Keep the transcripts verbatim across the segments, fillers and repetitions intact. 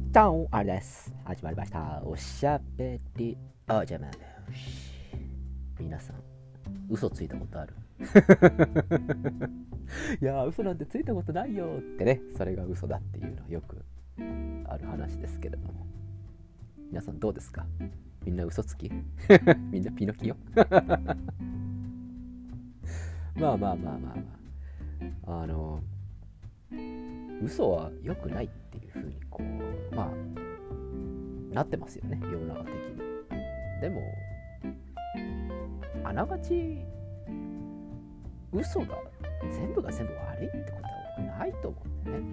どうもあれです。始まりました。おしゃべりおじゃまです。皆さん、嘘ついたことある？いやー、嘘なんてついたことないよってね、それが嘘だっていうのはよくある話ですけれども、皆さんどうですか？みんな嘘つき？みんなピノキオ？まあまあまあまあまあ、あの嘘は良くないっていう風にこうまあなってますよね、世の中的に。でもあながち嘘が全部が全部悪いってことは僕ないと思うんだよ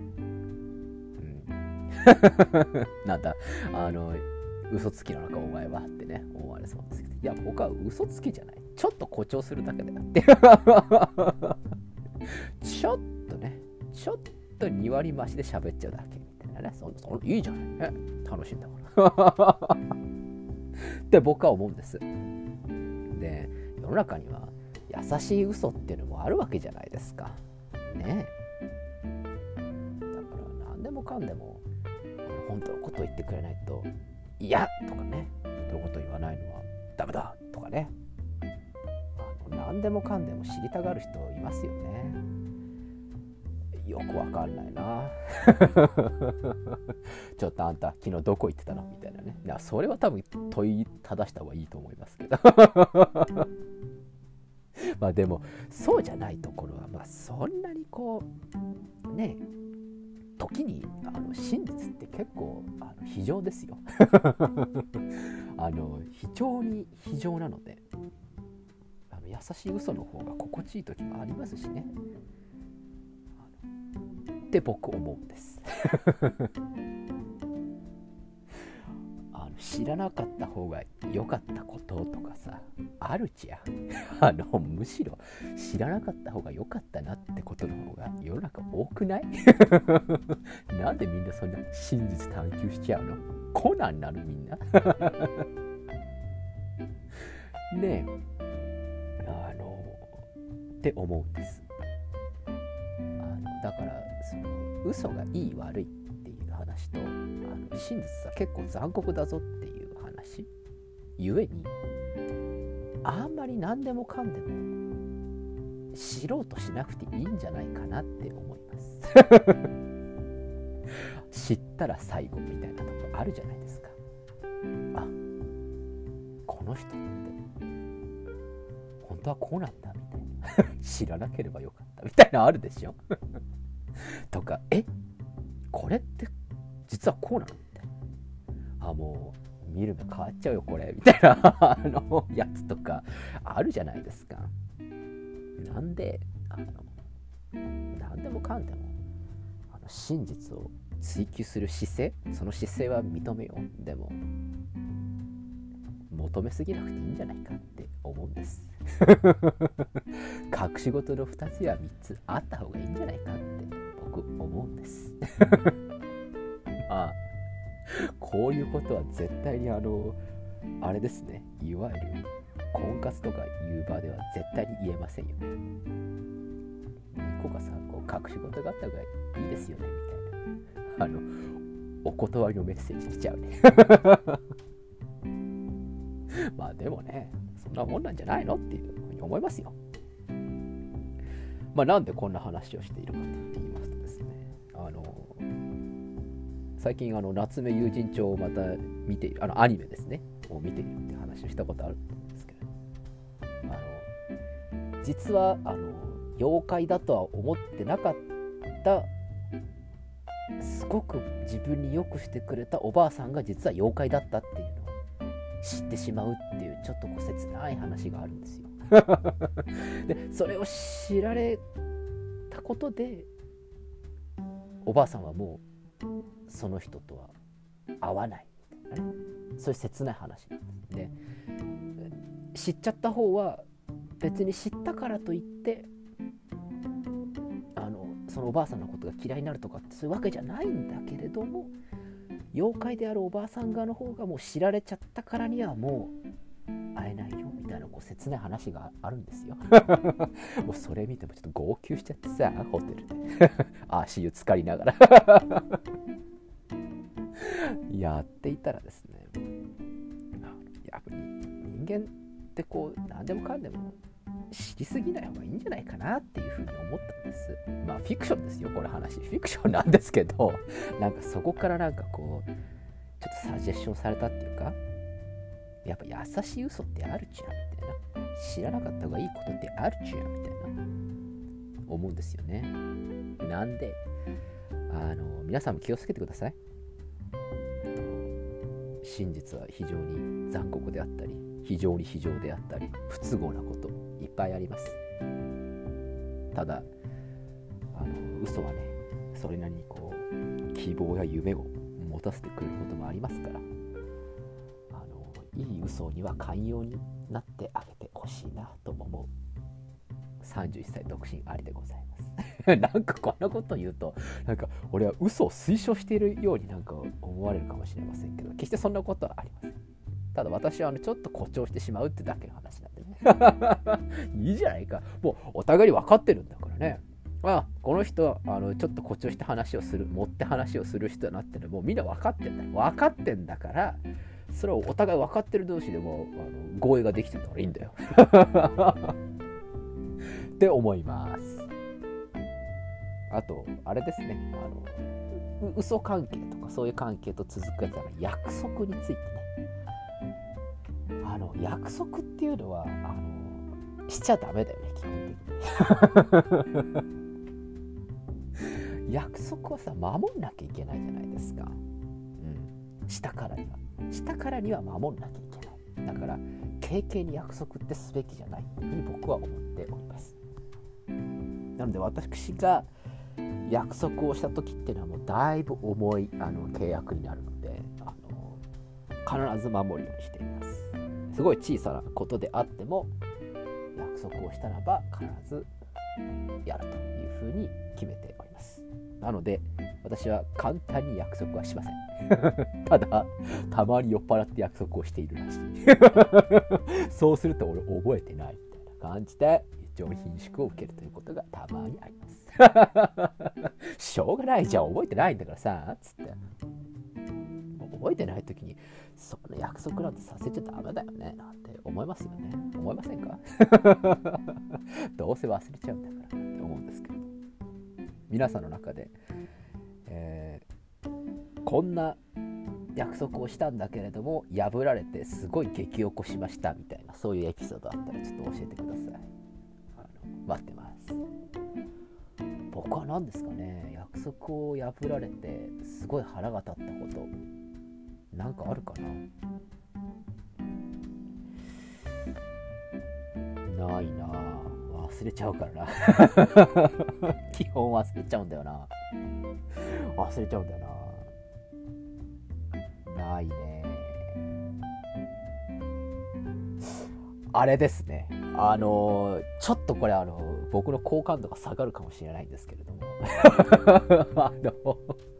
ね。うん。なんだあの嘘つきなのかお前はってね思われそうですけど、いや僕は嘘つきじゃない、ちょっと誇張するだけだよってちょっとねちょっとに割増しで喋っちゃうだけみたいなね、そんなそんないいじゃない、ね、楽しいんだからって僕は思うんです。で、世の中には優しい嘘っていうのもあるわけじゃないですかね。だから何でもかんでも本当のことを言ってくれないと嫌とかね、本当のことを言わないのはダメだとかね、あの何でもかんでも知りたがる人いますよね。よくわかんないなちょっとあんた昨日どこ行ってたのみたいなね。いやそれは多分問いただした方がいいと思いますけどまあでもそうじゃないところはまあそんなにこうね、時にあの真実って結構あの非常ですよあの非常に非常なので、あの優しい嘘の方が心地いい時もありますしねって僕思うんですあの知らなかった方が良かったこととかさあるじゃんあのむしろ知らなかった方が良かったなってことの方が世の中多くないなんでみんなそんな真実探求しちゃうの？コナンなのみんなねえ、あのって思うんです。あのだからその嘘がいい悪いっていう話と、あの真実は結構残酷だぞっていう話ゆえに、あんまり何でもかんでも知ろうとしなくていいんじゃないかなって思います知ったら最後みたいなとこあるじゃないですか。あ、この人って本当はこうなんだみたいな知らなければよかったみたいなあるでしょとか、えこれって実はこうなのみたいな、あもう見る目変わっちゃうよこれみたいなあのやつとかあるじゃないですか。なんであの何でもかんでもあの真実を追求する姿勢、その姿勢は認めよう。でも求めすぎなくていいんじゃないかって思うんです隠し事のふたつやみっつあった方がいいんじゃないかって僕思うんですまあこういうことは絶対にあのあれですね、いわゆる婚活とかいう場では絶対に言えませんよね。ニコがさこう隠し事があった方がいいですよねみたいな、あのお断りのメッセージ来ちゃうねまあでもね、そんなもんなんじゃないのっていうふうに思いますよ。まあなんでこんな話をしているかと言いますとですね、あの最近あの夏目友人帳をまた見ている、あのアニメですねを見ているって話をしたことあると思うんですけど、あの実はあの妖怪だとは思ってなかったすごく自分によくしてくれたおばあさんが実は妖怪だったっていうのを知ってしまうっていうちょっとこう切ない話があるんですよでそれを知られたことでおばあさんはもうその人とは会わないみたいなね、そういう切ない話なんですで、知っちゃった方は別に知ったからといってあのそのおばあさんのことが嫌いになるとかってそういうわけじゃないんだけれども、妖怪であるおばあさん側の方がもう知られちゃったからにはもう会えないよみたいなこう切ない話があるんですよもうそれ見てもちょっと号泣しちゃってさ、ホテルで足湯浸かりながらやっていたらですね、やっぱり人間ってこう何でもかんでも知りすぎない方がいいんじゃないかなっていうふうに思ったんです。まあフィクションですよ、これ話フィクションなんですけど、なんかそこからなんかこうちょっとサジェッションされたっていうか、やっぱ優しい嘘ってあるっちゅうみたいな、知らなかった方がいいことってあるっちゅうみたいな思うんですよね。なんであの皆さんも気をつけてください。真実は非常に残酷であったり、非常に非常であったり、不都合なこといっぱいあります。ただあの嘘はね、それなりにこう希望や夢を持たせてくれることもありますから、あのいい嘘には寛容になってあげてほしいなと思うさんじゅういっさい独身ありでございますなんかこんなこと言うと、なんか俺は嘘を推奨しているようになんか思われるかもしれませんけど、決してそんなことはありません。ただ私はあのちょっと誇張してしまうってだけの話なんでねいいじゃないか、もうお互いに分かってるんだからね。あ、この人はあのちょっと誇張して話をする、持って話をする人だなってのもうみんな分かってんだよ。分かってんだから、それをお互い分かってる同士でもあの合意ができてたからいいんだよって思います。あとあれですね、あの嘘関係とかそういう関係と続くやつは約束についてね、あの約束っていうのはあのしちゃダメだよね、基本的に約束はさ守んなきゃいけないじゃないですか、うん、したからにはしたからには守んなきゃいけない。だから軽々に約束ってすべきじゃないというふうに僕は思っております。なので私が約束をした時っていうのはもうだいぶ重いあの契約になるので、あの必ず守るようにしています。すごい小さなことであっても約束をしたらば必ずやるというふうに決めております。なので私は簡単に約束はしませんただたまに酔っ払って約束をしているらしいそうすると俺覚えてないみたいな感じで非常に貧縮を受けるということがたまにありますしょうがないじゃん、覚えてないんだからさつって、覚えてない時にそんな約束なんてさせちゃダメだよねなんて思いますよね。思いませんかどうせ忘れちゃうんだからって思うんですけど、皆さんの中で、えー、こんな約束をしたんだけれども破られてすごい激おこしましたみたいな、そういうエピソードあったらちょっと教えてください。あの待ってます。僕は何ですかね、約束を破られてすごい腹が立ったことなんかあるかな。ないな、忘れちゃうからな基本忘れちゃうんだよな忘れちゃうんだよな。ないね。あれですね、あのちょっとこれあの僕の好感度が下がるかもしれないんですけれどもあの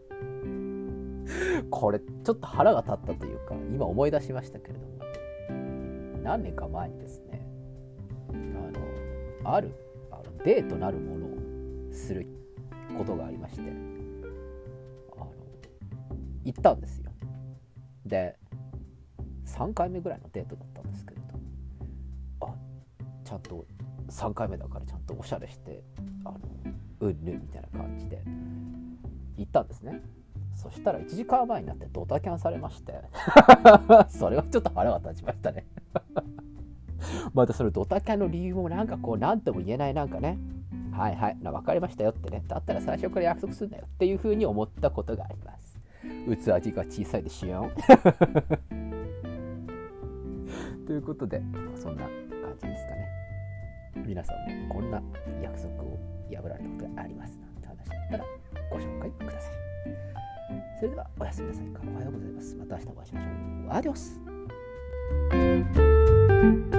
これちょっと腹が立ったというか今思い出しましたけれども、何年か前にですね、あのあるあのデートなるものをすることがありまして、あの行ったんですよ。でさんかいめぐらいのデートだったんですけれど、あちゃんとさんかいめだからちゃんとおしゃれしてあのうんぬんみたいな感じで行ったんですね。そしたらいちじかんまえになってドタキャンされましてそれはちょっと腹が立ちましたねまたそのドタキャンの理由もなんかこう何とも言えない、なんかね、はいはい分かりましたよってね、だったら最初から約束するんだよっていう風に思ったことがあります。器味が小さいでしょということでそんな感じですかね。皆さんもこんな約束を破られたことがありますなんて話だったらご紹介ください。それではおやすみなさいか、おはようございます。また明日お会いしましょう。アディオス。